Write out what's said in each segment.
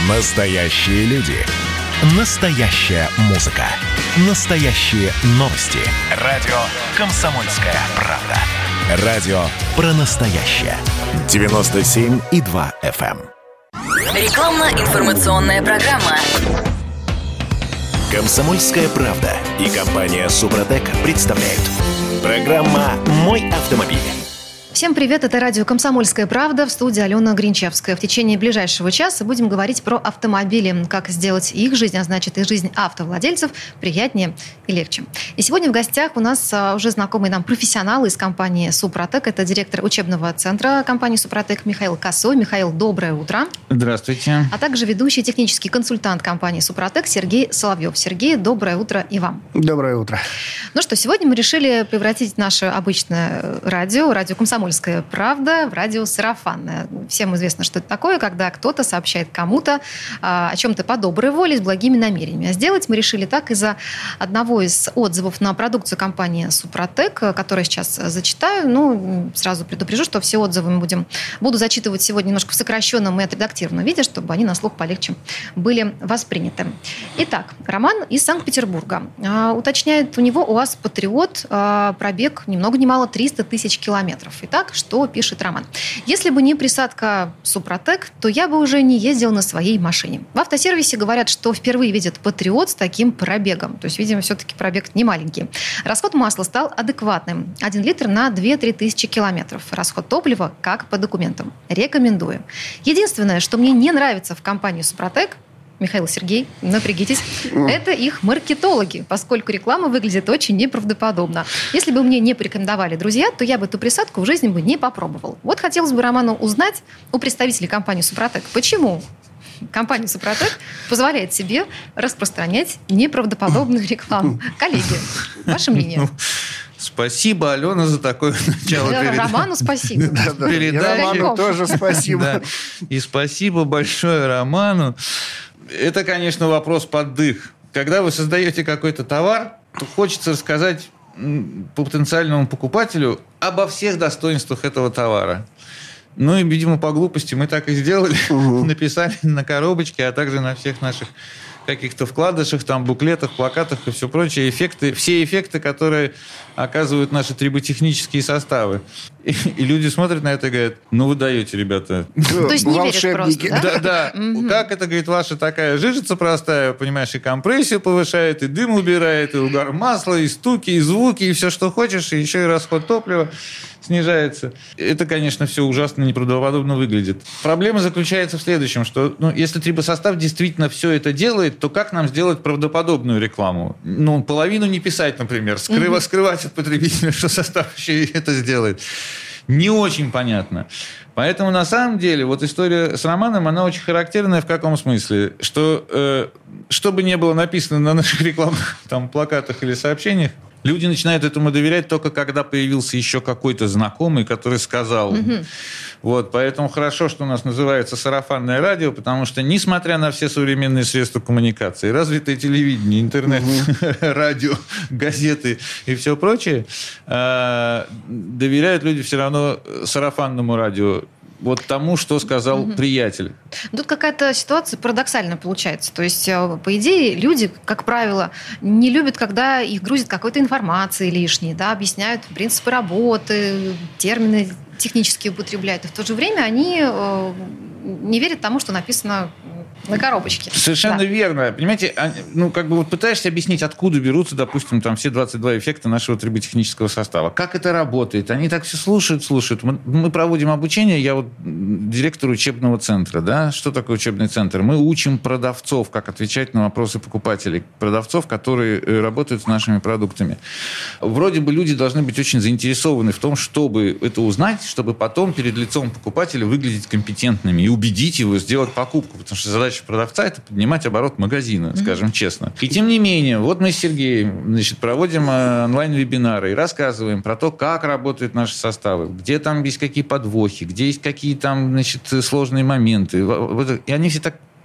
Настоящие люди. Настоящая музыка. Настоящие новости. Радио «Комсомольская правда». Радио про настоящее. 97,2 FM. Рекламно-информационная программа. «Комсомольская правда» и компания «Супротек» представляют. Программа «Мой автомобиль». Всем привет, это радио «Комсомольская правда», в студии Алена Гринчевская. В течение ближайшего часа будем говорить про автомобили, как сделать их жизнь, а значит и жизнь автовладельцев, приятнее и легче. И сегодня в гостях у нас уже знакомый нам профессионал из компании «Супротек». Это директор учебного центра компании «Супротек» Михаил Косой. Михаил, доброе утро. Здравствуйте. А также ведущий технический консультант компании «Супротек» Сергей Соловьев. Сергей, доброе утро и вам. Доброе утро. Ну что, сегодня мы решили превратить наше обычное радио «Комсомольская правда» в радио сарафанное. Всем известно, что это такое, когда кто-то сообщает кому-то о чем-то по доброй воле, с благими намерениями. А сделать мы решили так из-за одного из отзывов на продукцию компании «Супротек», который сейчас зачитаю. Ну, сразу предупрежу, что все отзывы буду зачитывать сегодня немножко в сокращенном и отредактированном виде, чтобы они на слух полегче были восприняты. Итак, Роман из Санкт-Петербурга. Уточняет, у него УАЗ «Патриот», пробег ни много ни мало 300 тысяч километров. Итак, что пишет Роман. Если бы не присадка «Супротек», то я бы уже не ездил на своей машине. В автосервисе говорят, что впервые видят «Патриот» с таким пробегом. То есть, видимо, все-таки пробег не маленький. Расход масла стал адекватным. 1 литр на 2-3 тысячи километров. Расход топлива как по документам. Рекомендую. Единственное, что мне не нравится в компании «Супротек», Михаил, Сергей, напрягитесь. Это их маркетологи, поскольку реклама выглядит очень неправдоподобно. Если бы мне не порекомендовали друзья, то я бы эту присадку в жизни бы не попробовал. Вот хотелось бы Роману узнать у представителей компании «Супротек», почему компания «Супротек» позволяет себе распространять неправдоподобную рекламу. Коллеги, ваше мнение? Спасибо, Алена, за такое начало передачи. Роману спасибо. Роману тоже спасибо. И спасибо большое Роману. Это, конечно, вопрос под дых. Когда вы создаете какой-то товар, то хочется рассказать потенциальному покупателю обо всех достоинствах этого товара. Ну и, видимо, по глупости мы так и сделали. Написали на коробочке, а также на всех наших каких-то вкладышах, там, буклетах, плакатах и все прочее. Все эффекты, которые оказывают наши триботехнические составы. И люди смотрят на это и говорят, ну вы даете, ребята. То есть не верят просто, да? Да. Как это, говорит, ваша такая жижица простая, понимаешь, и компрессию повышает, и дым убирает, и угар масла, и стуки, и звуки, и все, что хочешь, и еще и расход топлива снижается. Это, конечно, все ужасно неправдоподобно выглядит. Проблема заключается в следующем, что если трибосостав действительно все это делает, то как нам сделать правдоподобную рекламу? Половину не писать, например, скрывать от потребителя, что состав еще и это сделает. Не очень понятно. Поэтому, на самом деле, вот история с Романом, она очень характерная в каком смысле? Что, что бы ни было написано на наших рекламных плакатах или сообщениях, люди начинают этому доверять только когда появился еще какой-то знакомый, который сказал. Вот, поэтому хорошо, что у нас называется сарафанное радио, потому что, несмотря на все современные средства коммуникации, развитое телевидение, интернет, радио, газеты и все прочее, доверяют люди все равно сарафанному радио. Вот тому, что сказал приятель. Тут какая-то ситуация парадоксальная получается. То есть, по идее, люди, как правило, не любят, когда их грузят какой-то информацией лишней, да, объясняют принципы работы, термины технически употребляют. И в то же время они не верят тому, что написано на коробочке. Совершенно верно. Понимаете, пытаешься объяснить, откуда берутся, допустим, все 22 эффекта нашего триботехнического состава. Как это работает? Они так все слушают. Мы проводим обучение, я директор учебного центра. Да? Что такое учебный центр? Мы учим продавцов, как отвечать на вопросы покупателей. Продавцов, которые работают с нашими продуктами. Вроде бы люди должны быть очень заинтересованы в том, чтобы это узнать, чтобы потом перед лицом покупателя выглядеть компетентными и убедить его сделать покупку. Потому что задача продавца – это поднимать оборот магазина, скажем честно. И тем не менее, вот мы с Сергеем проводим онлайн-вебинары и рассказываем про то, как работают наши составы, где там есть какие подвохи, где есть какие там сложные моменты. И они все так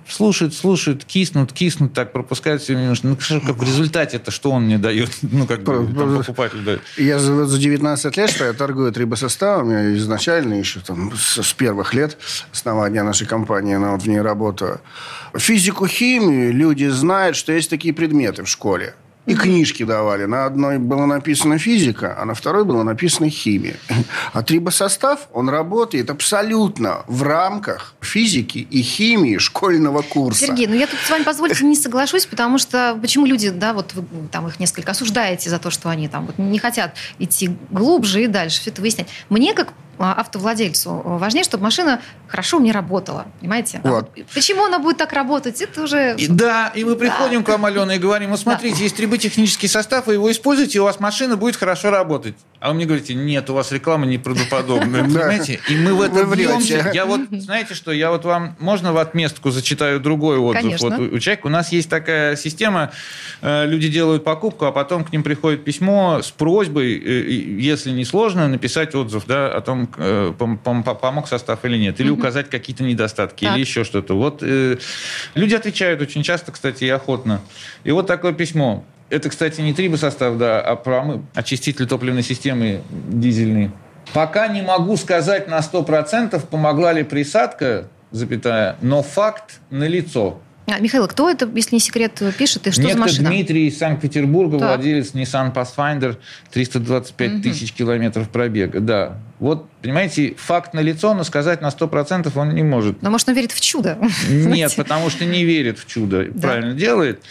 слушают, киснут, так пропускают все немножко. Ну, как в результате-то, что он мне дает? Ну, как бы, там, покупатель дает. Я за 19 лет, что я торгую трибосоставами, изначально еще там, с первых лет основания нашей компании, она вот в ней работаю. Физику, химию люди знают, что есть такие предметы в школе. И книжки давали. На одной было написано физика, а на второй было написано химия. А трибосостав, он работает абсолютно в рамках физики и химии школьного курса. Сергей, я тут с вами, позвольте, не соглашусь, потому что почему люди, вы там их несколько осуждаете за то, что они там не хотят идти глубже и дальше все это выяснять. Мне, как автовладельцу, важнее, чтобы машина хорошо мне работала. Понимаете? Вот. Почему она будет так работать? Это уже... И мы приходим к вам, Алена, и говорим, смотрите, есть триботехнический состав, вы его используете, и у вас машина будет хорошо работать. А вы мне говорите, нет, у вас реклама неправдоподобная. Понимаете? И мы в этом бьемся. Знаете что, я вам, можно в отместку зачитаю другой отзыв? Конечно. У человека, у нас есть такая система, люди делают покупку, а потом к ним приходит письмо с просьбой, если не сложно, написать отзыв, о том, помог состав или нет, или указать какие-то недостатки, или еще что-то. Люди отвечают очень часто, кстати, и охотно. И вот такое письмо. Это, кстати, не трибосостав, а очиститель топливной системы дизельный. Пока не могу сказать на 100%, помогла ли присадка, но факт налицо. Михаил, кто это, если не секрет, пишет, и что за машина? Дмитрий из Санкт-Петербурга, владелец Nissan Pathfinder, 325 тысяч километров пробега. Да. Понимаете, факт налицо, но сказать на 100% он не может. Но, может, он верит в чудо? Нет, потому что не верит в чудо. Правильно делает.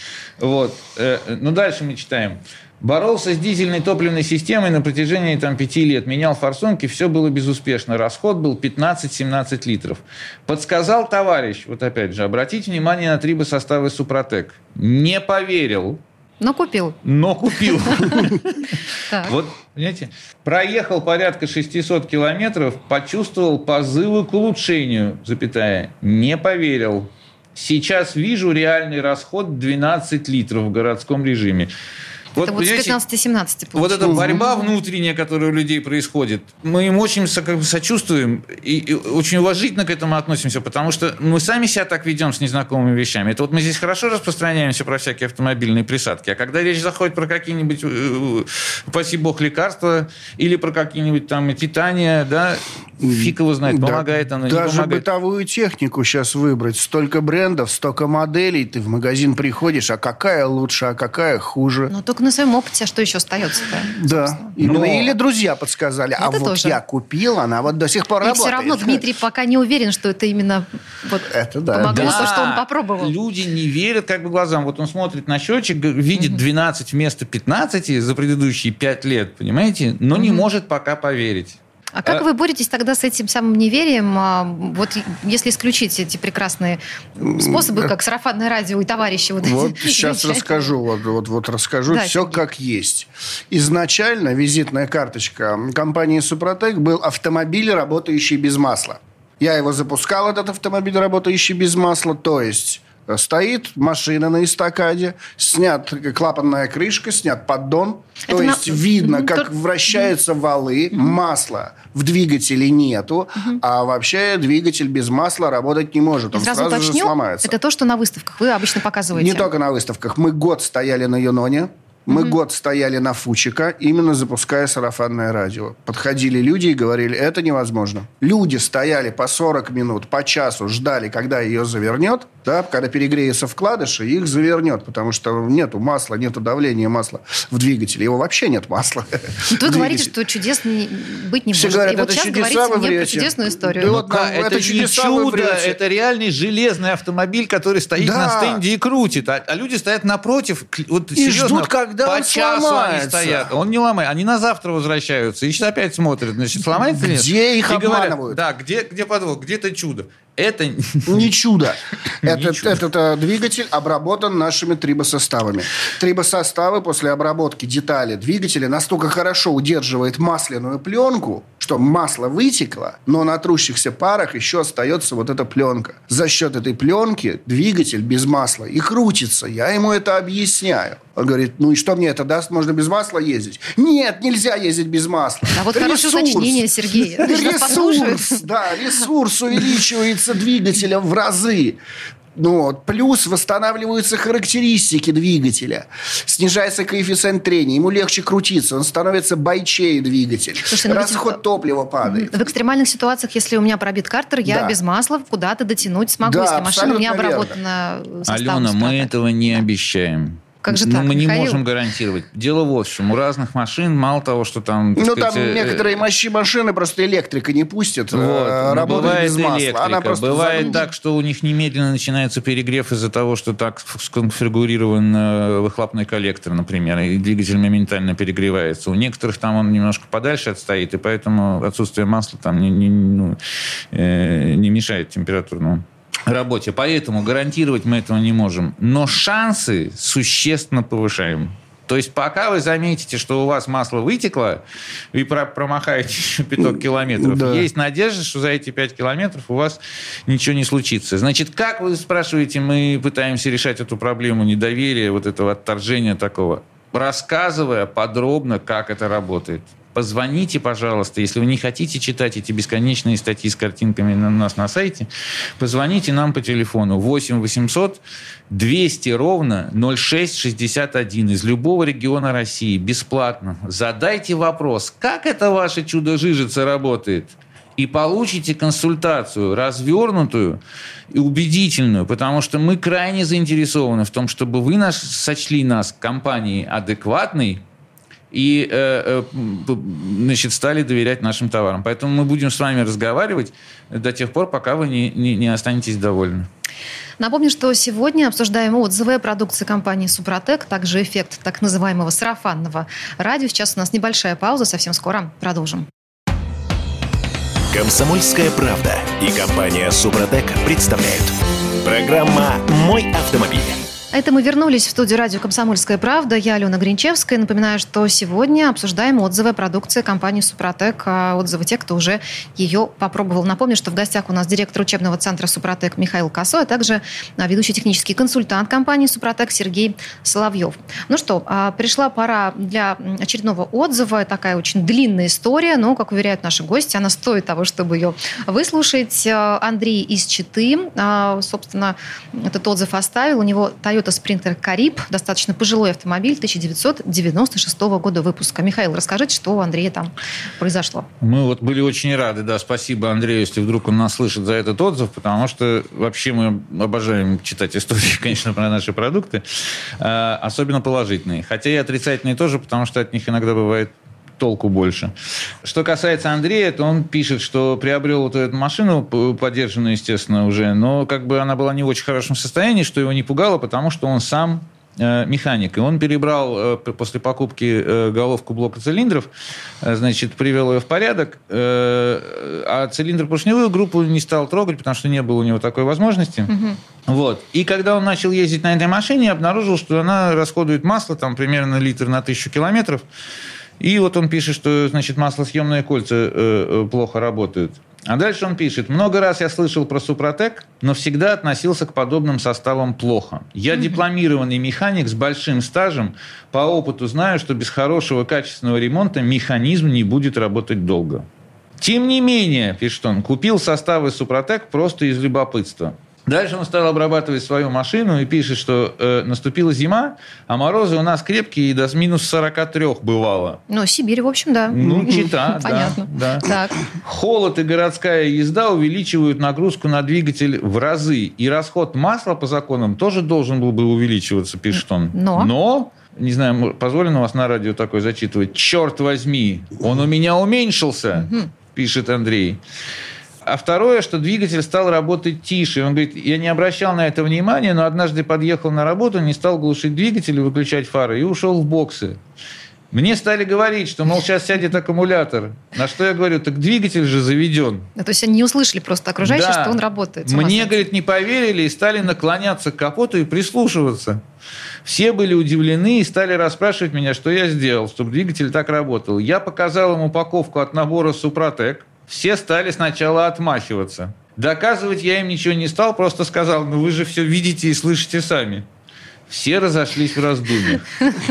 Дальше мы читаем. Боролся с дизельной топливной системой на протяжении 5 лет. Менял форсунки, все было безуспешно. Расход был 15-17 литров. Подсказал товарищ, опять же, обратите внимание на трибосоставы Супротек. Не поверил. Но купил. Понимаете, проехал порядка 600 километров, почувствовал позывы к улучшению, не поверил. Сейчас вижу реальный расход 12 литров в городском режиме. Это с 15-17 получилось. Эта борьба внутренняя, которая у людей происходит, мы им очень сочувствуем и очень уважительно к этому относимся, потому что мы сами себя так ведем с незнакомыми вещами. Это мы здесь хорошо распространяемся про всякие автомобильные присадки, а когда речь заходит про какие-нибудь, упаси бог, лекарства или про какие-нибудь питания, фиг его знает, помогает оно, не помогает. Даже бытовую технику сейчас выбрать. Столько брендов, столько моделей. Ты в магазин приходишь, а какая лучше, а какая хуже. Но только на своем опыте, а что еще остается-то? Да. Или друзья подсказали. Это тоже. Я купил, она до сих пор работает. И все равно Дмитрий пока не уверен, что это именно помогло, то, что он попробовал. Люди не верят глазам. Он смотрит на счетчик, видит 12 вместо 15 за предыдущие 5 лет, понимаете? Но не может пока поверить. А как вы боретесь тогда с этим самым неверием? Если исключить эти прекрасные способы, как сарафанное радио и товарищи. Сейчас расскажу. Расскажу все как есть. Изначально визитная карточка компании «Супротек» был автомобиль, работающий без масла. Я его запускал, этот автомобиль, работающий без масла, то есть... Стоит машина на эстакаде, снят клапанная крышка, снят поддон. То есть видно, как вращаются валы, масла в двигателе нету, а вообще двигатель без масла работать не может. Он сразу же сломается. Это то, что на выставках вы обычно показываете? Не только на выставках. Мы год стояли на Юноне. Мы год стояли на Фучика, именно запуская сарафанное радио. Подходили люди и говорили, это невозможно. Люди стояли по 40 минут, по часу, ждали, когда ее завернет, когда перегреются вкладыши, их завернет, потому что нету масла, нету давления масла в двигателе. Его вообще нет масла. Вы говорите, что чудес быть не может. Все говорят, это чудеса вы врете. Про чудесную историю. Это не чудо, это реальный железный автомобиль, который стоит на стенде и крутит. А люди стоят напротив. И ждут, когда по часу они стоят. Он не ломает. Они на завтра возвращаются. И опять смотрят. Сломается ли нет? Где их обманывают? Где подвох? Где-то чудо. Это не чудо. Этот двигатель обработан нашими трибосоставами. Трибосоставы после обработки детали двигателя настолько хорошо удерживает масляную пленку, что масло вытекло, но на трущихся парах еще остается эта пленка. За счет этой пленки двигатель без масла и крутится. Я ему это объясняю. Он говорит, и что мне это даст? Можно без масла ездить? Нет, нельзя ездить без масла. Хорошее уточнение, Сергей. Ресурс увеличивается двигателя в разы. Плюс восстанавливаются характеристики двигателя, снижается коэффициент трения, ему легче крутиться, он становится бойчее двигатель. Слушайте, расход топлива падает. В экстремальных ситуациях, если у меня пробит картер, я без масла куда-то дотянуть смогу, если машина у меня обработана составом. Алена, мы этого не обещаем. Как же так, мы не Михаил? можем гарантировать. Дело вот в чем. У разных машин мало того, что там... там некоторые машины просто электрика не пустят. Работают без масла. Электрика. Бывает так, что у них немедленно начинается перегрев из-за того, что так сконфигурирован выхлопной коллектор, например, и двигатель моментально перегревается. У некоторых там он немножко подальше отстоит, и поэтому отсутствие масла там не мешает температурному работе. Поэтому гарантировать мы этого не можем. Но шансы существенно повышаем. То есть пока вы заметите, что у вас масло вытекло, и промахаете еще 5 километров, есть надежда, что за эти 5 километров у вас ничего не случится. Значит, как вы спрашиваете, мы пытаемся решать эту проблему недоверия, вот этого отторжения такого, рассказывая подробно, как это работает. Позвоните, пожалуйста, если вы не хотите читать эти бесконечные статьи с картинками на нас на сайте, позвоните нам по телефону 8 800 200 ровно 0661 из любого региона России, бесплатно. Задайте вопрос, как это ваше чудо-жижица работает, и получите консультацию развернутую и убедительную, потому что мы крайне заинтересованы в том, чтобы вы сочли нас компанией адекватной, и стали доверять нашим товарам. Поэтому мы будем с вами разговаривать до тех пор, пока вы не останетесь довольны. Напомню, что сегодня обсуждаем отзывы о продукции компании «Супротек», также эффект так называемого сарафанного радио. Сейчас у нас небольшая пауза, совсем скоро продолжим. «Комсомольская правда» и компания «Супротек» представляют. Программа «Мой автомобиль». Это мы вернулись в студию радио «Комсомольская правда». Я Алена Гринчевская. Напоминаю, что сегодня обсуждаем отзывы о продукции компании «Супротек», отзывы тех, кто уже ее попробовал. Напомню, что в гостях у нас директор учебного центра «Супротек» Михаил Косой, а также ведущий технический консультант компании «Супротек» Сергей Соловьев. Ну что, пришла пора для очередного отзыва. Такая очень длинная история, но, как уверяют наши гости, она стоит того, чтобы ее выслушать. Андрей из Читы, собственно, этот отзыв оставил. У него Toyota Sprinter Carib, достаточно пожилой автомобиль, 1996 года выпуска. Михаил, расскажите, что у Андрея там произошло. Мы были очень рады, спасибо Андрею, если вдруг он нас слышит, за этот отзыв, потому что вообще мы обожаем читать истории, конечно, про наши продукты, особенно положительные, хотя и отрицательные тоже, потому что от них иногда бывает толку больше. Что касается Андрея, то он пишет, что приобрел вот эту машину, подержанную, естественно, уже, но она была не в очень хорошем состоянии, что его не пугало, потому что он сам механик. И он перебрал после покупки головку блока цилиндров, привел ее в порядок, а цилиндр-поршневую группу не стал трогать, потому что не было у него такой возможности. И когда он начал ездить на этой машине, обнаружил, что она расходует масло, примерно литр на 1000 километров. И он пишет, что, маслосъемные кольца плохо работают. А дальше он пишет: много раз я слышал про Супротек, но всегда относился к подобным составам плохо. Я дипломированный механик с большим стажем. По опыту знаю, что без хорошего качественного ремонта механизм не будет работать долго. Тем не менее, пишет он, купил составы Супротек просто из любопытства. Дальше он стал обрабатывать свою машину и пишет, что наступила зима, а морозы у нас крепкие, и до минус 43 бывало. Сибирь, в общем, да. Чита, понятно. Да. Так. Холод и городская езда увеличивают нагрузку на двигатель в разы. И расход масла по законам тоже должен был бы увеличиваться, пишет он. Но, не знаю, позволено у вас на радио такое зачитывать, черт возьми, он у меня уменьшился, пишет Андрей. А второе, что двигатель стал работать тише. Он говорит, я не обращал на это внимания, но однажды подъехал на работу, не стал глушить двигатель и выключать фары, и ушел в боксы. Мне стали говорить, что, сейчас сядет аккумулятор. На что я говорю, так двигатель же заведен. То есть они не услышали просто окружающие, что он работает. Мне, говорит, не поверили и стали наклоняться к капоту и прислушиваться. Все были удивлены и стали расспрашивать меня, что я сделал, чтобы двигатель так работал. Я показал им упаковку от набора Супротек. Все стали сначала отмахиваться. Доказывать я им ничего не стал, просто сказал, вы же все видите и слышите сами. Все разошлись в раздумьях.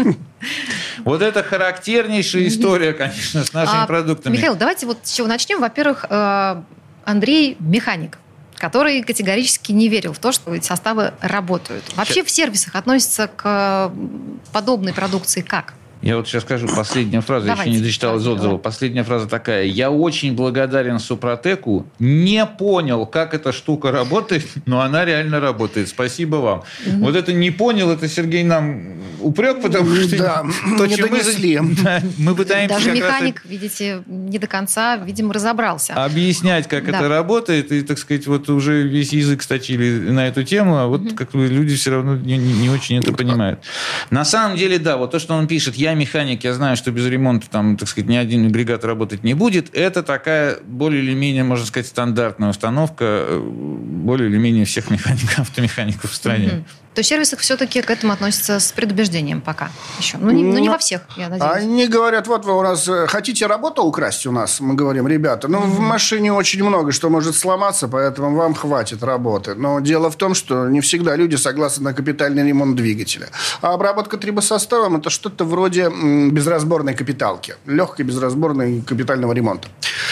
Вот это характернейшая история, конечно, с нашими продуктами. Михаил, давайте с чего начнем. Во-первых, Андрей механик. который категорически не верил в то, что эти составы работают. Вообще в сервисах относятся к подобной продукции как? Я вот сейчас скажу последнюю фразу, я еще не дочитал из отзыва. Последняя фраза такая. Я очень благодарен Супротеку. Не понял, как эта штука работает, но она реально работает. Спасибо вам. Вот это не понял, это, Сергей, нам упрек, потому что то, чем мы пытаемся... Даже механик, видите, не до конца, видимо, разобрался. Объяснять, как это работает, и, так сказать, вот уже весь язык сточили на эту тему, а вот как бы люди все равно не очень это понимают. На самом деле, да, вот то, что он пишет, я механик, я знаю, что без ремонта там, так сказать, ни один агрегат работать не будет. Это такая более или менее, можно сказать, стандартная установка более или менее всех автомехаников в стране. То есть сервисы все-таки к этому относятся с предубеждением пока еще. Ну, не во всех, я надеюсь. Они говорят, вот вы у нас хотите работу украсть у нас? Мы говорим, ребята, в машине очень много, что может сломаться, поэтому вам хватит работы. Но дело в том, что не всегда люди согласны на капитальный ремонт двигателя. А обработка трибосоставом – это что-то вроде безразборной капиталки. Легкой безразборной капитального ремонта.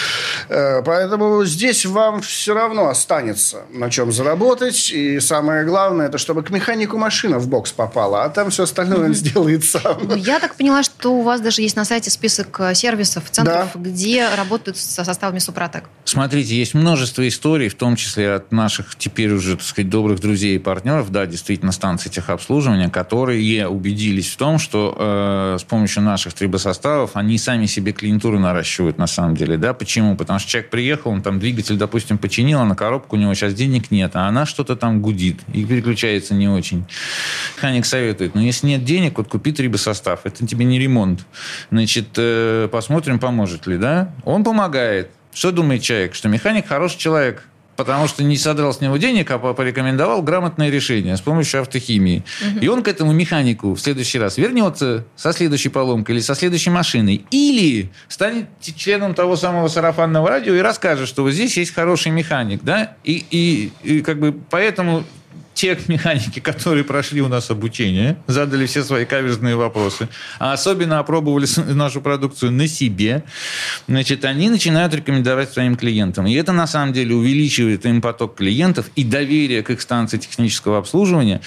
Поэтому здесь вам все равно останется на чем заработать. И самое главное, это чтобы к механику машина в бокс попала, а там все остальное он сделает сам. Я так поняла, что у вас даже есть на сайте список сервисов, центров, где работают со составами Супротек. Смотрите, есть множество историй, в том числе от наших теперь уже, так сказать, добрых друзей и партнеров, да, действительно, станций техобслуживания, которые убедились в том, что с помощью наших трибосоставов они сами себе клиентуру наращивают на самом деле. Да? Почему? Потому что человек приехал, он там двигатель, допустим, починил, а на коробку у него сейчас денег нет, а она что-то там гудит и переключается не очень. Механик советует, если нет денег, вот купи трибосостав, это тебе не ремонт. Значит, посмотрим, поможет ли, да? Он помогает. Что думает человек? Что механик хороший человек, потому что не содрал с него денег, а порекомендовал грамотное решение с помощью автохимии. И он к этому механику в следующий раз вернется со следующей поломкой или со следующей машиной. Или станет членом того самого сарафанного радио и расскажет, что вот здесь есть хороший механик. Да? И как бы поэтому... Те механики, которые прошли у нас обучение, задали все свои каверзные вопросы, а особенно опробовали нашу продукцию на себе, значит, они начинают рекомендовать своим клиентам. И это, на самом деле, увеличивает им поток клиентов и доверие к их станции технического обслуживания,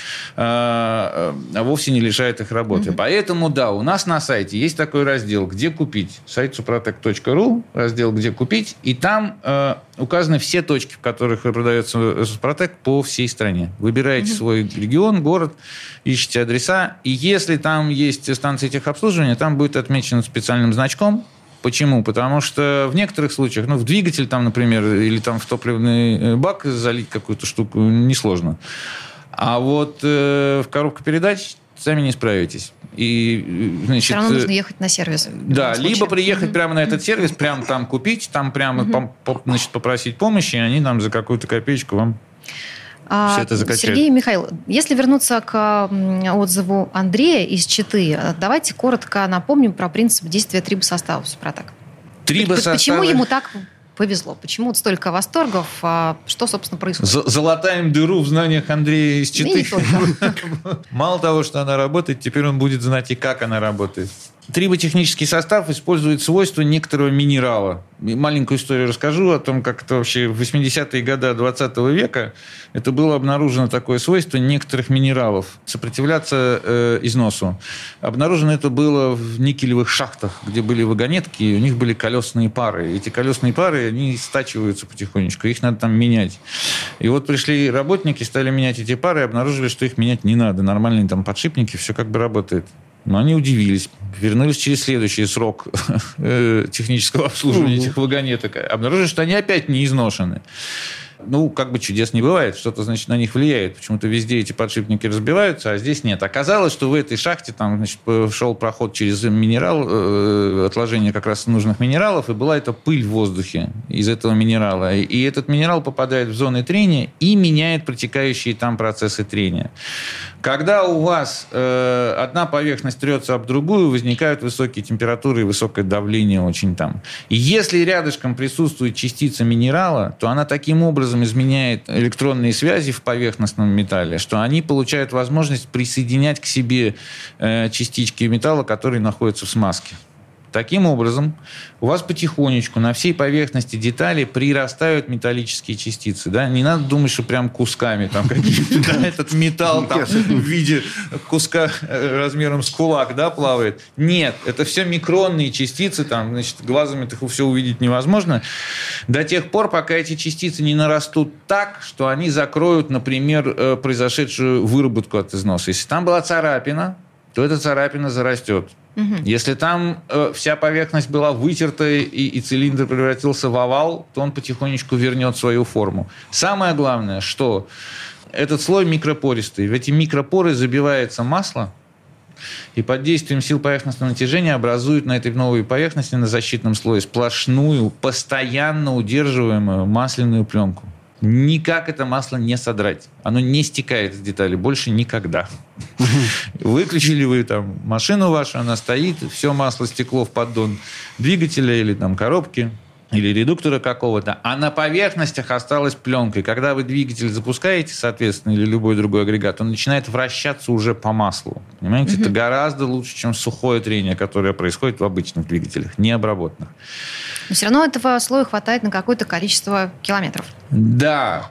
а вовсе не лишает их работы. Поэтому, да, у нас на сайте есть такой раздел «Где купить?». Сайт suprotec.ru, раздел «Где купить?». И там указаны все точки, в которых продается Супротек по всей стране. Выбираете свой регион, город, ищете адреса. И если там есть станции техобслуживания, там будет отмечено специальным значком. Почему? Потому что в некоторых случаях, в двигатель, там, например, или там в топливный бак залить какую-то штуку несложно. А вот в коробку передач сами не справитесь. И, значит, все равно нужно ехать на сервис. Да, либо приехать прямо на этот сервис, прямо там купить, там прямо значит, попросить помощи, и они там за какую-то копеечку вам все это закачают. Сергей и Михаил, если вернуться к отзыву Андрея из Читы, давайте коротко напомним про принцип действия трибосоставов Супротек. Почему ему так повезло? Почему столько восторгов? Что, собственно, происходит? Залатаем дыру в знаниях Андрея из Читы. Мало того, что она работает, теперь он будет знать и как она работает. Триботехнический состав использует свойства некоторого минерала. Маленькую историю расскажу о том, как это вообще в 80-е годы 20 века это было обнаружено такое свойство некоторых минералов сопротивляться износу. Обнаружено это было в никелевых шахтах, где были вагонетки, и у них были колесные пары. Эти колесные пары, они стачиваются потихонечку, их надо там менять. И вот пришли работники, стали менять эти пары и обнаружили, что их менять не надо. Нормальные там подшипники, все как бы работает. Но они удивились. Вернулись через следующий срок технического обслуживания этих вагонеток. Обнаружили, что они опять не изношены. Как бы чудес не бывает. Что-то, значит, на них влияет. Почему-то везде эти подшипники разбиваются, а здесь нет. Оказалось, что в этой шахте там, значит, шел проход через минерал, отложение как раз нужных минералов, и была эта пыль в воздухе из этого минерала. И этот минерал попадает в зоны трения и меняет протекающие там процессы трения. Когда у вас одна поверхность трется об другую, возникают высокие температуры и высокое давление очень там. И если рядышком присутствует частица минерала, то она таким образом изменяет электронные связи в поверхностном металле, что они получают возможность присоединять к себе частички металла, которые находятся в смазке. Таким образом, у вас потихонечку на всей поверхности детали прирастают металлические частицы. Да? Не надо думать, что прям кусками там какие-то, да, этот металл там, в виде куска размером с кулак, да, плавает. Нет, это все микронные частицы, там, значит, глазом это все увидеть невозможно. До тех пор, пока эти частицы не нарастут так, что они закроют, например, произошедшую выработку от износа. Если там была царапина, то эта царапина зарастет. Если там вся поверхность была вытерта и цилиндр превратился в овал, то он потихонечку вернет свою форму. Самое главное, что этот слой микропористый. В эти микропоры забивается масло, и под действием сил поверхностного натяжения образует на этой новой поверхности, на защитном слое, сплошную, постоянно удерживаемую масляную пленку. Никак это масло не содрать. Оно не стекает с детали больше никогда. Выключили вы там машину вашу, она стоит, все масло стекло в поддон двигателя или там коробки, или редуктора какого-то, а на поверхностях осталась пленка. И когда вы двигатель запускаете, соответственно, или любой другой агрегат, он начинает вращаться уже по маслу. Понимаете? Это гораздо лучше, чем сухое трение, которое происходит в обычных двигателях, необработанных. Но все равно этого слоя хватает на какое-то количество километров. Да,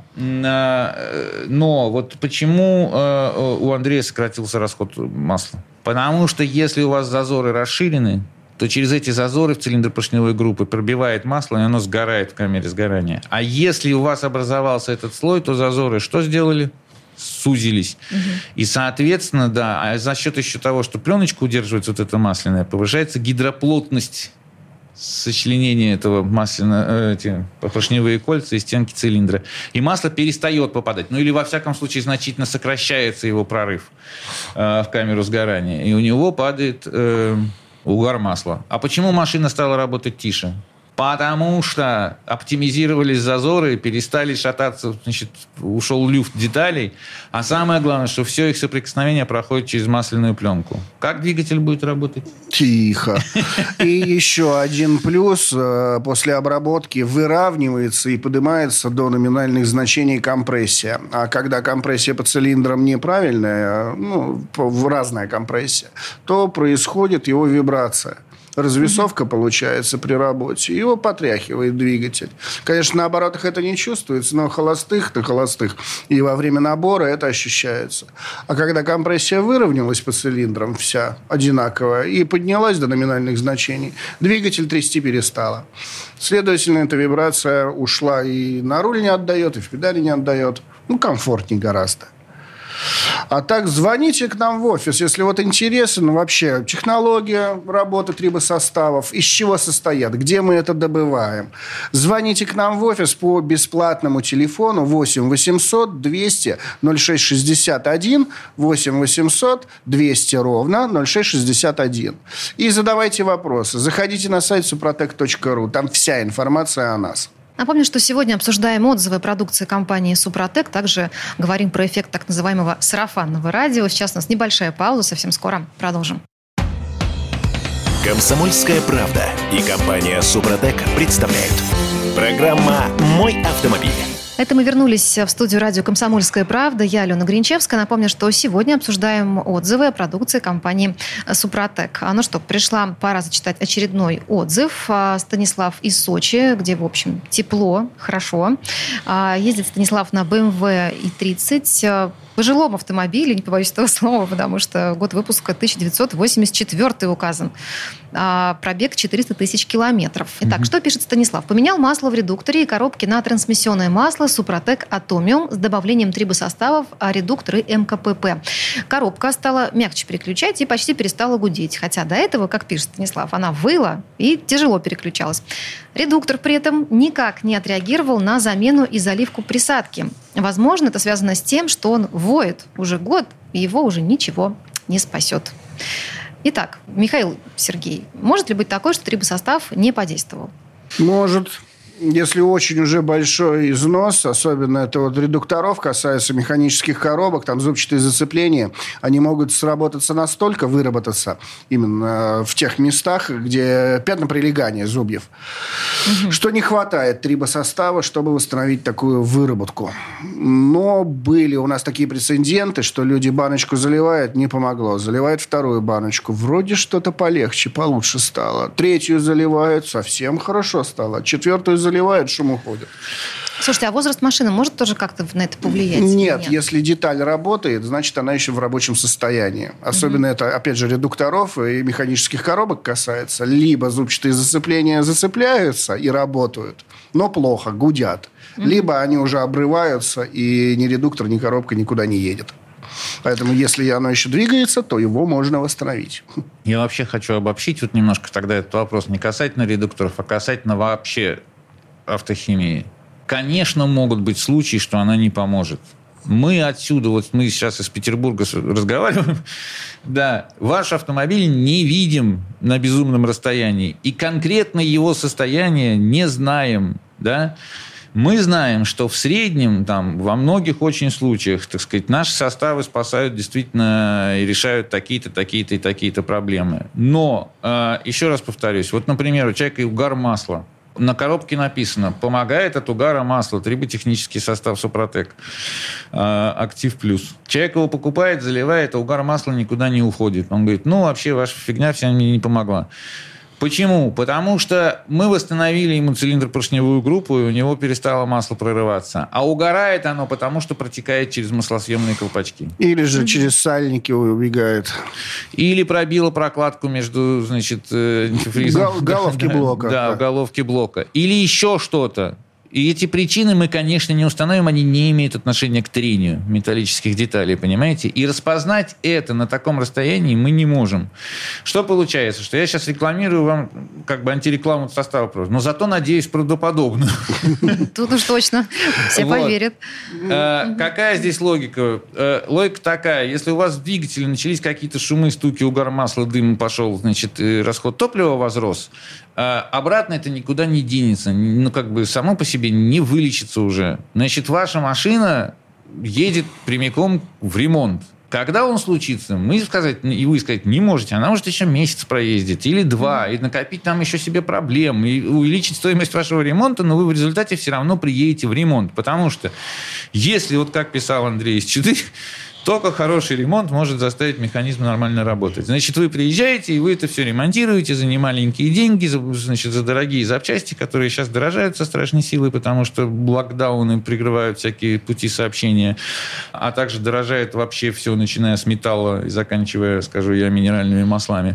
но вот почему у Андрея сократился расход масла? Потому что если у вас зазоры расширены, то через эти зазоры в цилиндр поршневой группы пробивает масло, и оно сгорает в камере сгорания. А если у вас образовался этот слой, то зазоры что сделали? Сузились. И, соответственно, да, а за счет еще того, что пленочка удерживается, вот эта масляная, повышается гидроплотность сочленения этого эти поршневые кольца и стенки цилиндра. И масло перестает попадать. Ну или, во всяком случае, значительно сокращается его прорыв в камеру сгорания. И у него падает угар масла. А почему машина стала работать тише? Потому что оптимизировались зазоры, перестали шататься, значит, ушел люфт деталей. А самое главное, что все их соприкосновение проходит через масляную пленку. Как двигатель будет работать? Тихо. И еще один плюс. После обработки выравнивается и поднимается до номинальных значений компрессия. А когда компрессия по цилиндрам неправильная, разная компрессия, то происходит его вибрация. Развесовка получается при работе. Его потряхивает двигатель. Конечно, на оборотах это не чувствуется, но холостых и во время набора это ощущается. А когда компрессия выровнялась по цилиндрам вся одинаковая и поднялась до номинальных значений, двигатель трясти перестала. Следовательно, эта вибрация ушла и на руль не отдает, и в педали не отдает. Комфортнее гораздо. А так, звоните к нам в офис, если вот интересно вообще технология работы трибосоставов, из чего состоят, где мы это добываем. Звоните к нам в офис по бесплатному телефону 8 800 200 0661, 8 800 200 ровно 0661. И задавайте вопросы. Заходите на сайт suprotec.ru, там вся информация о нас. Напомню, что сегодня обсуждаем отзывы продукции компании «Супротек». Также говорим про эффект так называемого сарафанного радио. Сейчас у нас небольшая пауза. Совсем скоро продолжим. «Комсомольская правда» и компания «Супротек» представляют. Программа «Мой автомобиль». Это мы вернулись в студию радио «Комсомольская правда». Я Алена Гринчевская. Напомню, что сегодня обсуждаем отзывы о продукции компании «Супротек». Ну что, пришла пора зачитать очередной отзыв. Станислав из Сочи, где, в общем, тепло, хорошо. Ездит Станислав на BMW i30. Пожилом автомобиле, не побоюсь этого слова, потому что год выпуска 1984 указан. Пробег 400 тысяч километров. Итак, что пишет Станислав? Поменял масло в редукторе и коробке на трансмиссионное масло Супротек Atomium с добавлением трибосоставов, редукторы МКПП. Коробка стала мягче переключать и почти перестала гудеть. Хотя до этого, как пишет Станислав, она выла и тяжело переключалась. Редуктор при этом никак не отреагировал на замену и заливку присадки. Возможно, это связано с тем, что он воет уже год, и его уже ничего не спасет. Итак, Михаил Сергей, может ли быть такое, что трибосостав не подействовал? Может. Если очень уже большой износ, особенно это вот редукторов касается механических коробок, там зубчатые зацепления, они могут сработаться настолько, выработаться именно в тех местах, где пятна прилегания зубьев, что не хватает трибосостава, чтобы восстановить такую выработку. Но были у нас такие прецеденты, что люди баночку заливают, не помогло. Заливают вторую баночку, вроде что-то полегче, получше стало. Третью заливают, совсем хорошо стало. Четвертую заливают, шум уходит. Слушайте, а возраст машины может тоже как-то на это повлиять? Нет, если деталь работает, значит, она еще в рабочем состоянии. Особенно это, опять же, редукторов и механических коробок касается. Либо зубчатые зацепления зацепляются и работают, но плохо, гудят. Либо они уже обрываются, и ни редуктор, ни коробка никуда не едет. Поэтому, если оно еще двигается, то его можно восстановить. Я вообще хочу обобщить вот немножко тогда этот вопрос не касательно редукторов, а касательно вообще автохимии. Конечно, могут быть случаи, что она не поможет. Мы отсюда, вот мы сейчас из Петербурга разговариваем, да, ваш автомобиль не видим на безумном расстоянии, и конкретно его состояние не знаем, да. Мы знаем, что в среднем, там, во многих очень случаях, так сказать, наши составы спасают действительно и решают такие-то, такие-то и такие-то проблемы. Но, еще раз повторюсь, вот, например, у человека угар масла. На коробке написано: помогает от угара масла триботехнический состав Супротек Актив Плюс. Человек его покупает, заливает, а угар масла никуда не уходит. Он говорит: ну, вообще, ваша фигня вся мне не помогла. Почему? Потому что мы восстановили ему цилиндр-поршневую группу, и у него перестало масло прорываться. А угорает оно потому, что протекает через маслосъемные колпачки. Или же через сальники убегает. Или пробило прокладку между, значит, антифризом. Головки блока. Да, головки блока. Или еще что-то. И эти причины мы, конечно, не установим, они не имеют отношения к трению металлических деталей, понимаете? И распознать это на таком расстоянии мы не можем. Что получается? Что я сейчас рекламирую вам как бы антирекламу состава просто, но зато, надеюсь, правдоподобную. Тут уж точно все поверят. Какая здесь логика? Логика такая: если у вас в двигателе начались какие-то шумы, стуки, угар масла, дым пошел, значит, расход топлива возрос, обратно это никуда не денется. Ну, как бы само по себе не вылечится уже. Значит, ваша машина едет прямиком в ремонт. Когда он случится, мы сказать, и вы сказать не можете. Она может еще месяц проездить или два, и накопить там еще себе проблем, и увеличить стоимость вашего ремонта, но вы в результате все равно приедете в ремонт. Потому что если, вот как писал Андрей из Читы, только хороший ремонт может заставить механизм нормально работать. Значит, вы приезжаете, и вы это все ремонтируете за немаленькие деньги, значит, за дорогие запчасти, которые сейчас дорожают со страшной силой, потому что локдауны прикрывают всякие пути сообщения, а также дорожает вообще все, начиная с металла и заканчивая, скажу я, минеральными маслами.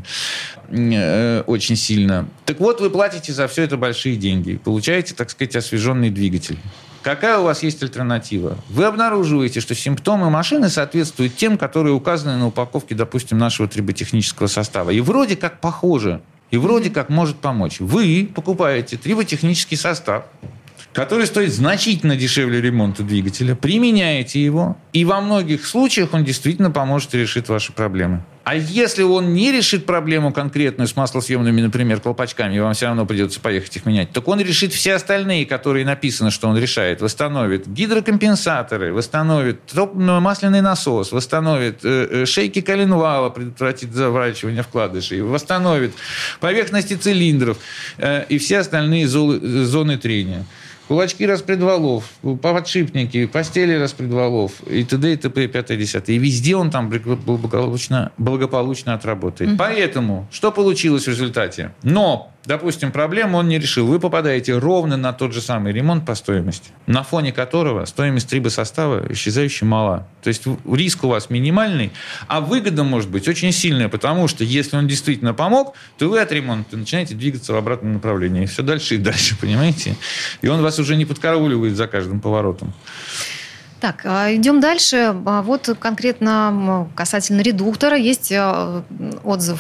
Очень сильно. Так вот, вы платите за все это большие деньги. Получаете, так сказать, освеженный двигатель. Какая у вас есть альтернатива? Вы обнаруживаете, что симптомы машины соответствуют тем, которые указаны на упаковке, допустим, нашего триботехнического состава. И вроде как похоже, и вроде как может помочь. Вы покупаете триботехнический состав, который стоит значительно дешевле ремонта двигателя, применяете его, и во многих случаях он действительно поможет и решит ваши проблемы. А если он не решит проблему конкретную с маслосъемными, например, колпачками, и вам все равно придется поехать их менять, так он решит все остальные, которые написано, что он решает. Восстановит гидрокомпенсаторы, восстановит масляный насос, восстановит шейки коленвала, предотвратит заворачивание вкладышей, восстановит поверхности цилиндров и все остальные зоны трения. Кулачки распредвалов, подшипники, постели распредвалов и т.д. и т.п. 5-10. И везде он там благополучно отработает. Поэтому, что получилось в результате? Но, допустим, проблему он не решил. Вы попадаете ровно на тот же самый ремонт по стоимости, на фоне которого стоимость трибосостава исчезающе мала. То есть риск у вас минимальный, а выгода может быть очень сильная, потому что если он действительно помог, то вы от ремонта начинаете двигаться в обратном направлении. И все дальше и дальше, понимаете? И он вас уже не подкарауливает за каждым поворотом. Так, идем дальше. Вот конкретно касательно редуктора есть отзыв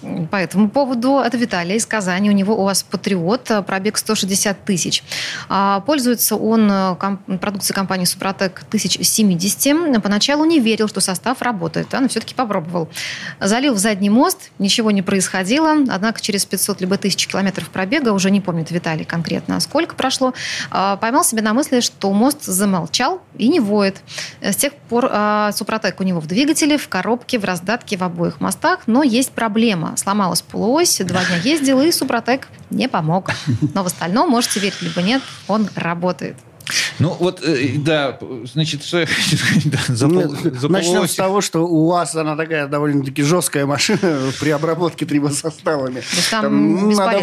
по этому поводу от Виталия из Казани. У него УАЗ «Патриот», пробег 160 тысяч. Пользуется он продукцией компании «Супротек» 1070. Поначалу не верил, что состав работает, но все-таки попробовал. Залил в задний мост, ничего не происходило. Однако через 500 либо 1000 километров пробега, уже не помнит Виталий конкретно, сколько прошло, поймал себя на мысли, что мост замолчал и не воет. С тех пор «Супротек» у него в двигателе, в коробке, в раздатке, в обоих мостах, но есть проблема. Сломалась полуось, 2 дня ездил, и «Супротек» не помог. Но в остальном, можете верить либо нет, он работает. Ну, вот, да, значит, что я хочу сказать? Начнем с того, что у УАЗ, она такая довольно-таки жесткая машина при обработке трибосоставами. Там надо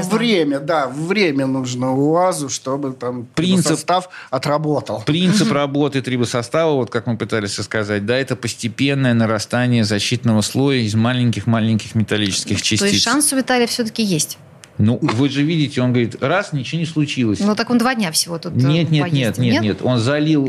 время нужно УАЗу, чтобы там трибосостав отработал. Принцип работы трибосостава, вот как мы пытались сказать, да, это постепенное нарастание защитного слоя из маленьких-маленьких металлических частиц. То есть шанс у Виталия все-таки есть? Ну, вы же видите, он говорит, раз, ничего не случилось. Ну, так он 2 дня всего тут Нет. Он залил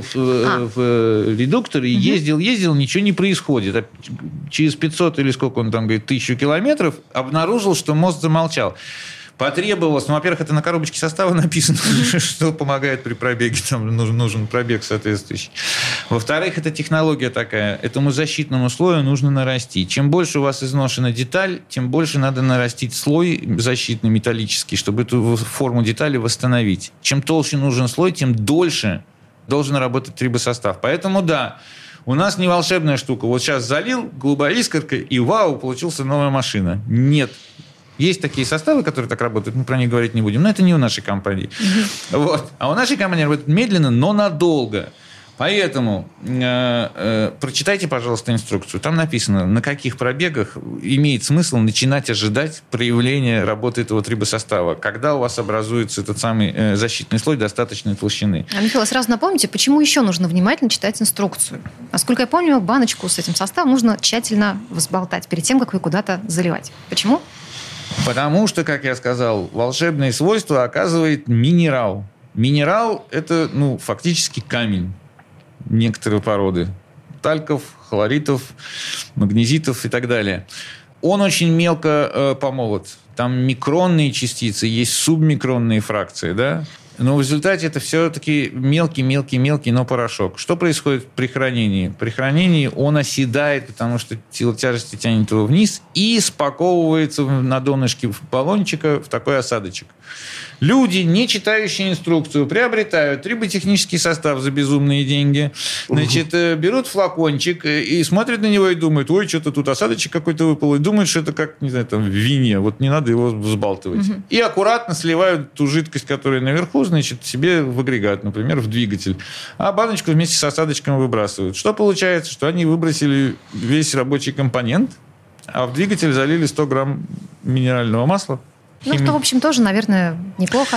в редуктор и ездил, ничего не происходит. А через 500 или сколько он там говорит, 1000 километров обнаружил, что мост замолчал. Потребовалось, во-первых, это на коробочке состава написано, что помогает при пробеге, там нужен пробег соответствующий. Во-вторых, это технология такая, этому защитному слою нужно нарастить. Чем больше у вас изношена деталь, тем больше надо нарастить слой защитный, металлический, чтобы эту форму детали восстановить. Чем толще нужен слой, тем дольше должен работать трибосостав. Поэтому, да, у нас не волшебная штука. Вот сейчас залил, голубая искорка, и вау, получилась новая машина. Нет. Есть такие составы, которые так работают, мы про них говорить не будем, но это не у нашей компании. Вот. А у нашей компании работает медленно, но надолго. Поэтому прочитайте, пожалуйста, инструкцию. Там написано, на каких пробегах имеет смысл начинать ожидать проявления работы этого трибосостава, когда у вас образуется этот самый защитный слой достаточной толщины. Михаил, сразу напомните, почему еще нужно внимательно читать инструкцию? Насколько я помню, баночку с этим составом нужно тщательно взболтать перед тем, как вы куда-то заливать. Почему? Потому что, как я сказал, волшебные свойства оказывает минерал. Минерал – это, фактически камень некоторой породы. Тальков, хлоритов, магнезитов и так далее. Он очень мелко помолот. Там микронные частицы, есть субмикронные фракции, да? Но в результате это все-таки мелкий, но порошок. Что происходит при хранении? При хранении он оседает, потому что сила тяжести тянет его вниз и спаковывается на донышке баллончика в такой осадочек. Люди, не читающие инструкцию, приобретают триботехнический состав за безумные деньги, берут флакончик и смотрят на него и думают, ой, что-то тут осадочек какой-то выпал, и думают, что это как, не знаю, там, в вине, вот не надо его взбалтывать. И аккуратно сливают ту жидкость, которая наверху, себе в агрегат, например, в двигатель. А баночку вместе с осадочком выбрасывают. Что получается? Что они выбросили весь рабочий компонент, а в двигатель залили 100 грамм минерального масла. Что, в общем, тоже, наверное, неплохо.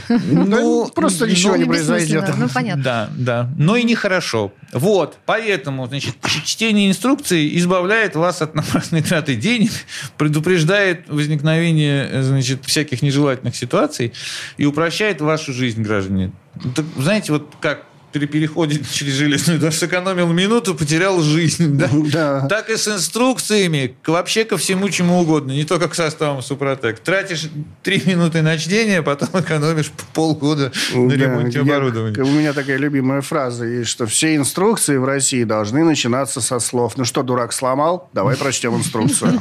Просто ничего не произойдет. Понятно. Да. Но и нехорошо. Вот. Поэтому, чтение инструкции избавляет вас от напрасной траты денег, предупреждает возникновение, всяких нежелательных ситуаций и упрощает вашу жизнь, граждане. Знаете, вот как при переходе через железную дорогу сэкономил минуту, потерял жизнь. Да? Да. Так и с инструкциями вообще ко всему, чему угодно. Не только к составам Супротек. Тратишь 3 минуты на чтение, потом экономишь полгода на ремонте оборудования. У меня такая любимая фраза есть, что все инструкции в России должны начинаться со слов. Ну что, дурак, сломал? Давай прочтем инструкцию.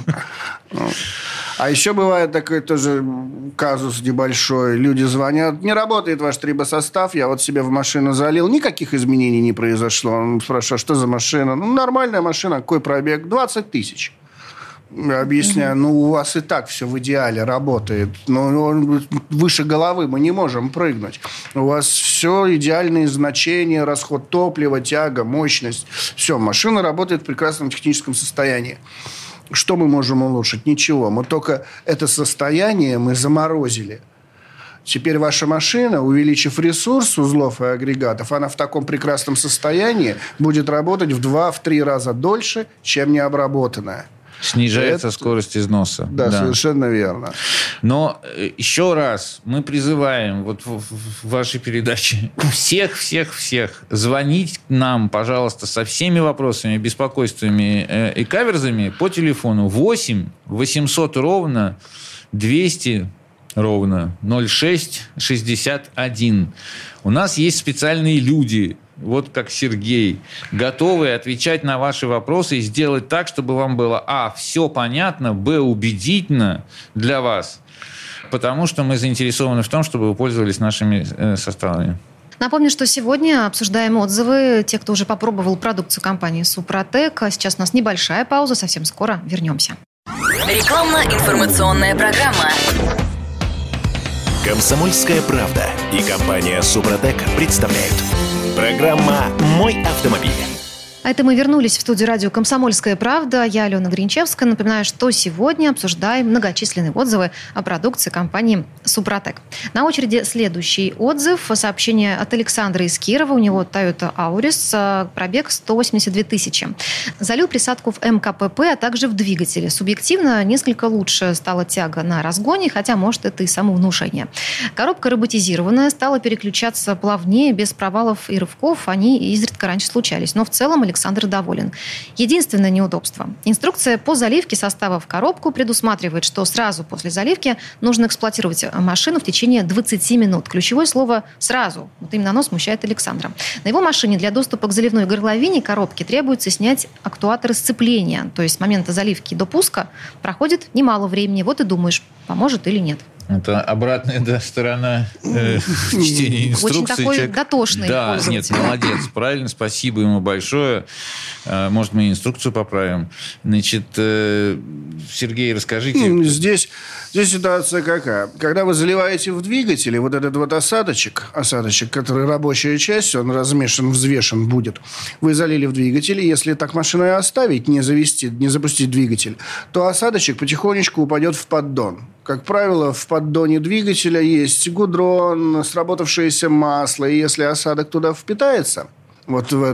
А еще бывает такой тоже казус небольшой. Люди звонят, не работает ваш трибосостав, я вот себе в машину залил, никаких изменений не произошло. Он спрашивает, что за машина? Нормальная машина, какой пробег? 20 тысяч. Я объясняю, у вас и так все в идеале работает. Но выше головы мы не можем прыгнуть. У вас все идеальные значения, расход топлива, тяга, мощность. Все, машина работает в прекрасном техническом состоянии. Что мы можем улучшить? Ничего. Мы только это состояние мы заморозили. Теперь ваша машина, увеличив ресурс узлов и агрегатов, она в таком прекрасном состоянии будет работать в 2-3 раза дольше, чем необработанная. Снижается скорость износа. Да, совершенно верно. Но еще раз мы призываем вот в вашей передаче всех звонить нам, пожалуйста, со всеми вопросами, беспокойствами и каверзами по телефону 8 800 ровно 200 ровно 0661. У нас есть специальные люди, вот как Сергей, готовые отвечать на ваши вопросы и сделать так, чтобы вам было все понятно, убедительно для вас, потому что мы заинтересованы в том, чтобы вы пользовались нашими составами. Напомню, что сегодня обсуждаем отзывы тех, кто уже попробовал продукцию компании «Супротек». Сейчас у нас небольшая пауза, совсем скоро вернемся. Рекламно-информационная программа. «Комсомольская правда» и компания «Супротек» представляют. Программа «Мой автомобиль». А это мы вернулись в студию радио «Комсомольская правда». Я Алена Гринчевская. Напоминаю, что сегодня обсуждаем многочисленные отзывы о продукции компании «Супротек». На очереди следующий отзыв. Сообщение от Александра из Кирова. У него Toyota Auris, пробег 182 тысячи. Залил присадку в МКПП, а также в двигателе. Субъективно несколько лучше стала тяга на разгоне, хотя, может, это и самовнушение. Коробка роботизированная, стала переключаться плавнее, без провалов и рывков. Они изредка раньше случались. Но в целом Александр доволен. Единственное неудобство. Инструкция по заливке состава в коробку предусматривает, что сразу после заливки нужно эксплуатировать машину в течение 20 минут. Ключевое слово «сразу». Вот именно оно смущает Александра. На его машине для доступа к заливной горловине коробки требуется снять актуаторы сцепления. То есть с момента заливки до пуска проходит немало времени. Вот и думаешь, поможет или нет. Это обратная сторона чтения инструкции. Очень такой дотошный пользователь. Нет, молодец, правильно, спасибо ему большое. Может, мы инструкцию поправим. Значит, Сергей, расскажите. Здесь ситуация какая? Когда вы заливаете в двигатель, вот этот вот осадочек, который рабочая часть, он размешан, взвешен будет. Вы залили в двигатель, и если так машину и оставить, не запустить двигатель, то осадочек потихонечку упадет в поддон. Как правило, в поддоне двигателя есть гудрон, сработавшееся масло, и если осадок туда впитается, вот в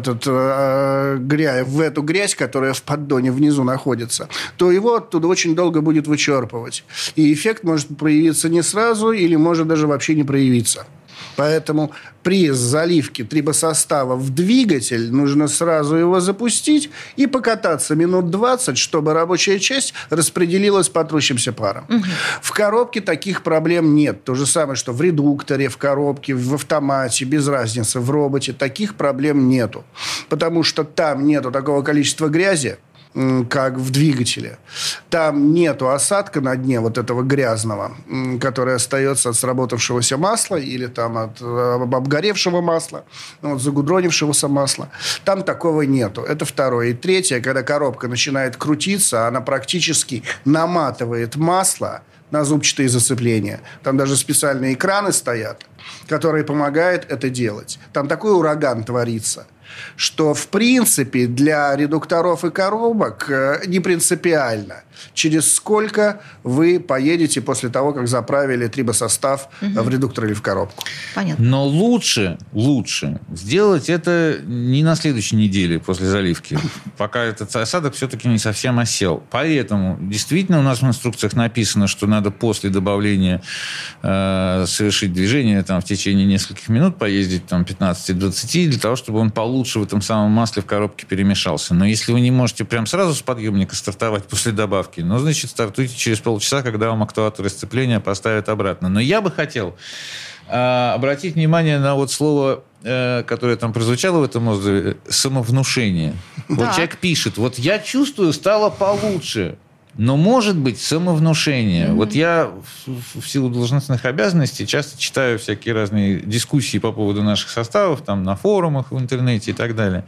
эту грязь, которая в поддоне внизу находится, то его оттуда очень долго будет вычерпывать. И эффект может проявиться не сразу или может даже вообще не проявиться. Поэтому при заливке трибосостава в двигатель нужно сразу его запустить и покататься минут 20, чтобы рабочая часть распределилась по трущимся парам. Угу. В коробке таких проблем нет. То же самое, что в редукторе, в коробке, в автомате, без разницы, в роботе. Таких проблем нету. Потому что там нету такого количества грязи, как в двигателе. Там нету осадка на дне вот этого грязного, который остается от сработавшегося масла или там от обгоревшего масла, от загудронившегося масла. Там такого нету. Это второе. И третье, когда коробка начинает крутиться, она практически наматывает масло на зубчатые зацепления. Там даже специальные экраны стоят, которые помогают это делать. Там такой ураган творится, что, в принципе, для редукторов и коробок не принципиально, через сколько вы поедете после того, как заправили трибосостав в редуктор или в коробку. Понятно. Но лучше сделать это не на следующей неделе после заливки, пока этот осадок все-таки не совсем осел. Поэтому действительно у нас в инструкциях написано, что надо после добавления совершить движение в течение нескольких минут, поездить 15-20, для того, чтобы он получше в этом самом масле в коробке перемешался. Но если вы не можете прям сразу с подъемника стартовать после добавки, значит, стартуйте через полчаса, когда вам актуаторы сцепления поставят обратно. Но я бы хотел обратить внимание на слово, которое там прозвучало в этом отзыве, самовнушение. Да. Человек пишет, я чувствую, стало получше. Но может быть самовнушение. Я в силу должностных обязанностей часто читаю всякие разные дискуссии по поводу наших составов, на форумах в интернете и так далее.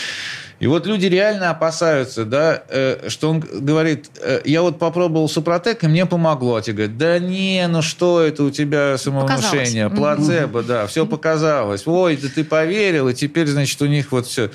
И люди реально опасаются, что он говорит, я попробовал Супротек, и мне помогло. А те говорят, что это у тебя самовнушение, плацебо, все показалось. Ой, да ты поверил, и теперь, значит, у них все...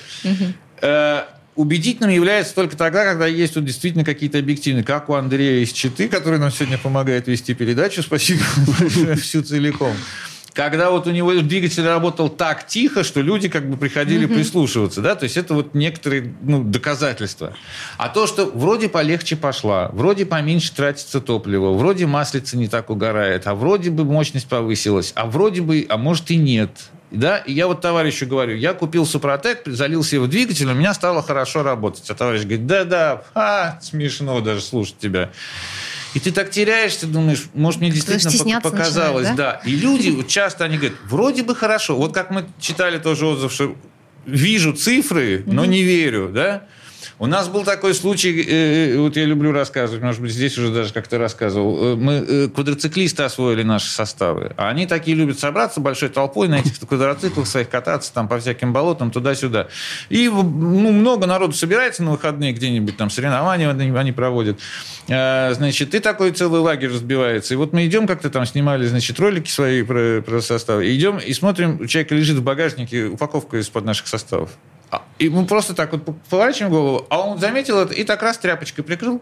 Убедительным является только тогда, когда есть действительно какие-то объективные, как у Андрея из Читы, который нам сегодня помогает вести передачу, спасибо всю целиком. когда вот у него двигатель работал так тихо, что люди как бы приходили прислушиваться, да, то есть это вот некоторые доказательства. А то, что вроде полегче пошла, вроде поменьше тратится топливо, вроде маслица не так угорает, а вроде бы мощность повысилась, а вроде бы, а может и нет. Да? И я вот товарищу говорю, я купил Супротек, залил себе в двигатель, у меня стало хорошо работать. А товарищ говорит, да, смешно даже слушать тебя. И ты так теряешься, думаешь, может, мне действительно показалось. Да? И люди часто они говорят, вроде бы хорошо. Вот как мы читали тоже отзыв, что вижу цифры, но не верю, да? У нас был такой случай, вот я люблю рассказывать, может быть, здесь уже даже как-то рассказывал. Мы квадроциклисты освоили наши составы. А они такие любят собраться большой толпой на этих квадроциклах своих, кататься там по всяким болотам, туда-сюда. И много народу собирается на выходные где-нибудь, там соревнования они проводят. Значит, и такой целый лагерь разбивается. И вот мы идем, как-то там снимали, значит, ролики свои про составы. И идем и смотрим, у человека лежит в багажнике упаковка из-под наших составов. И мы просто так вот поворачиваем голову, а он заметил это и так раз тряпочкой прикрыл.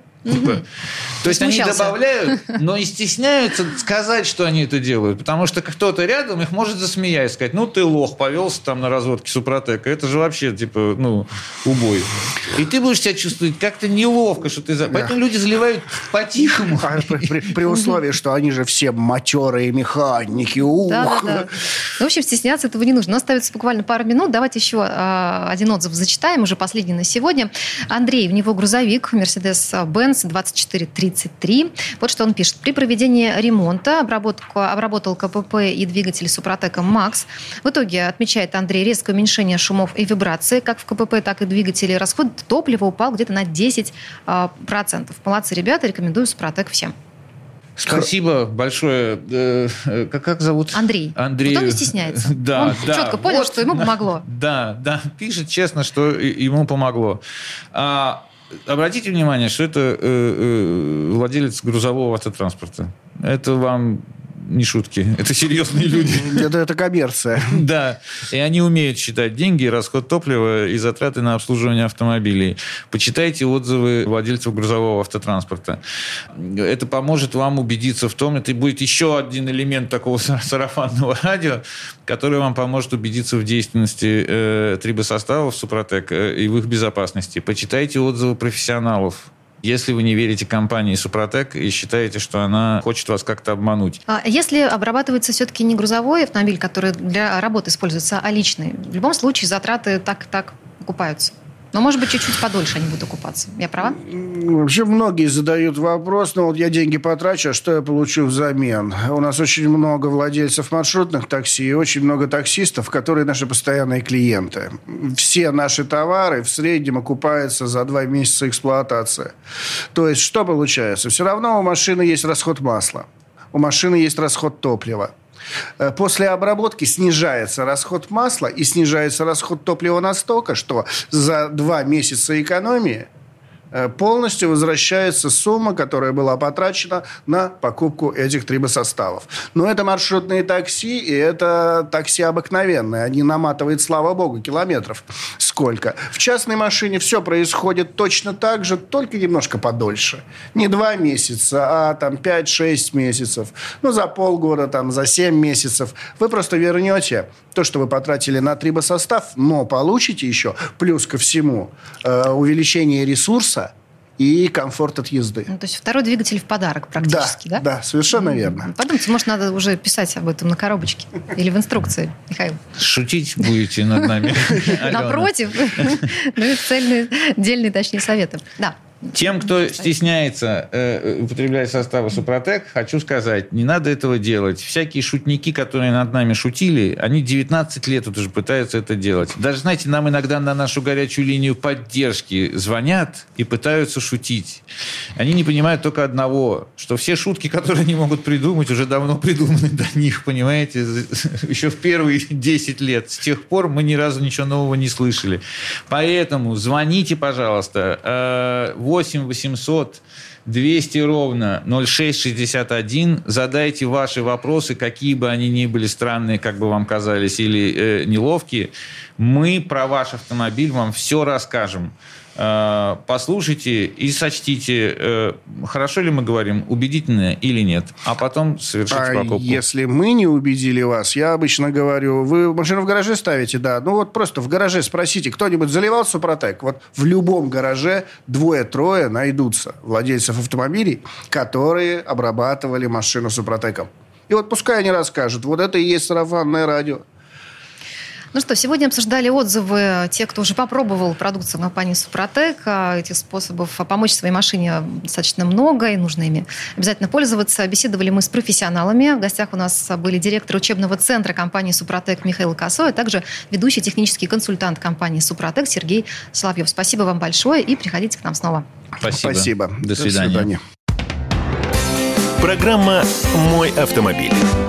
То есть они добавляют, но и стесняются сказать, что они это делают. Потому что кто-то рядом их может засмеять, сказать, ты лох, повелся там на разводке Супротека. Это же вообще, убой. И ты будешь себя чувствовать как-то неловко, что ты... Поэтому люди заливают по-тихому. При условии, что они же все матерые механики. Да. В общем, стесняться этого не нужно. У нас остается буквально пару минут. Давайте еще один отзыв зачитаем, уже последний на сегодня. Андрей, у него грузовик Mercedes-Benz 2433. Вот что он пишет. При проведении ремонта обработал КПП и двигатель Супротека МАКС. В итоге, отмечает Андрей, резкое уменьшение шумов и вибраций как в КПП, так и в двигателе. Расход топлива упал где-то на 10%. Молодцы ребята, рекомендую Супротек всем. Спасибо большое. Как зовут? Андрей. Вот он не стесняется. Он четко понял, что ему помогло. Да. Пишет честно, что ему помогло. Обратите внимание, что это владелец грузового автотранспорта. Это вам не шутки. Это серьезные люди. Это коммерция. Да. И они умеют считать деньги, расход топлива и затраты на обслуживание автомобилей. Почитайте отзывы владельцев грузового автотранспорта. Это поможет вам убедиться в том, это будет еще один элемент такого сарафанного радио, который вам поможет убедиться в действенности трибосоставов Супротек и в их безопасности. Почитайте отзывы профессионалов. Если вы не верите компании Супротек и считаете, что она хочет вас как-то обмануть. А если обрабатывается все-таки не грузовой автомобиль, который для работы используется, а личный, в любом случае затраты так окупаются. Но, может быть, чуть-чуть подольше они будут окупаться. Я права? Вообще многие задают вопрос, вот я деньги потрачу, а что я получу взамен? У нас очень много владельцев маршрутных такси и очень много таксистов, которые наши постоянные клиенты. Все наши товары в среднем окупаются за 2 месяца эксплуатации. То есть, что получается? Все равно у машины есть расход масла, у машины есть расход топлива. После обработки снижается расход масла и снижается расход топлива настолько, что за 2 месяца экономии полностью возвращается сумма, которая была потрачена на покупку этих трибосоставов. Но это маршрутные такси, и это такси обыкновенные. Они наматывают, слава богу, километров сколько. В частной машине все происходит точно так же, только немножко подольше. Не 2 месяца, а там 5-6 месяцев. За полгода, за 7 месяцев. Вы просто вернете то, что вы потратили на трибосостав, но получите еще, плюс ко всему, увеличение ресурса и комфорт от езды. То есть второй двигатель в подарок практически, да? Да, совершенно верно. Подумайте, может, надо уже писать об этом на коробочке или в инструкции, Михаил. Шутить будете над нами. Напротив. Цельные, дельные, точнее, советы. Да. Тем, кто стесняется употреблять составы Супротек, хочу сказать, не надо этого делать. Всякие шутники, которые над нами шутили, они 19 лет уже пытаются это делать. Даже, знаете, нам иногда на нашу горячую линию поддержки звонят и пытаются шутить. Они не понимают только одного, что все шутки, которые они могут придумать, уже давно придуманы до них, понимаете, еще в первые 10 лет. С тех пор мы ни разу ничего нового не слышали. Поэтому звоните, пожалуйста, 8 800 200 ровно 0661. Задайте ваши вопросы, какие бы они ни были странные, как бы вам казались, или неловкие. Мы про ваш автомобиль вам все расскажем. послушайте и сочтите, хорошо ли мы говорим, убедительно или нет, а потом совершите покупку. Если мы не убедили вас, я обычно говорю, вы машину в гараже ставите, да, ну вот просто в гараже спросите, кто-нибудь заливал Супротек? Вот в любом гараже 2-3 найдутся владельцев автомобилей, которые обрабатывали машину Супротеком. И вот пускай они расскажут, вот это и есть сарафанное радио. Ну что, сегодня обсуждали отзывы тех, кто уже попробовал продукцию компании «Супротек». Этих способов помочь своей машине достаточно много, и нужно ими обязательно пользоваться. Беседовали мы с профессионалами. В гостях у нас были директор учебного центра компании «Супротек» Михаил Косой, а также ведущий технический консультант компании «Супротек» Сергей Соловьев. Спасибо вам большое, и приходите к нам снова. Спасибо. До свидания. Программа «Мой автомобиль».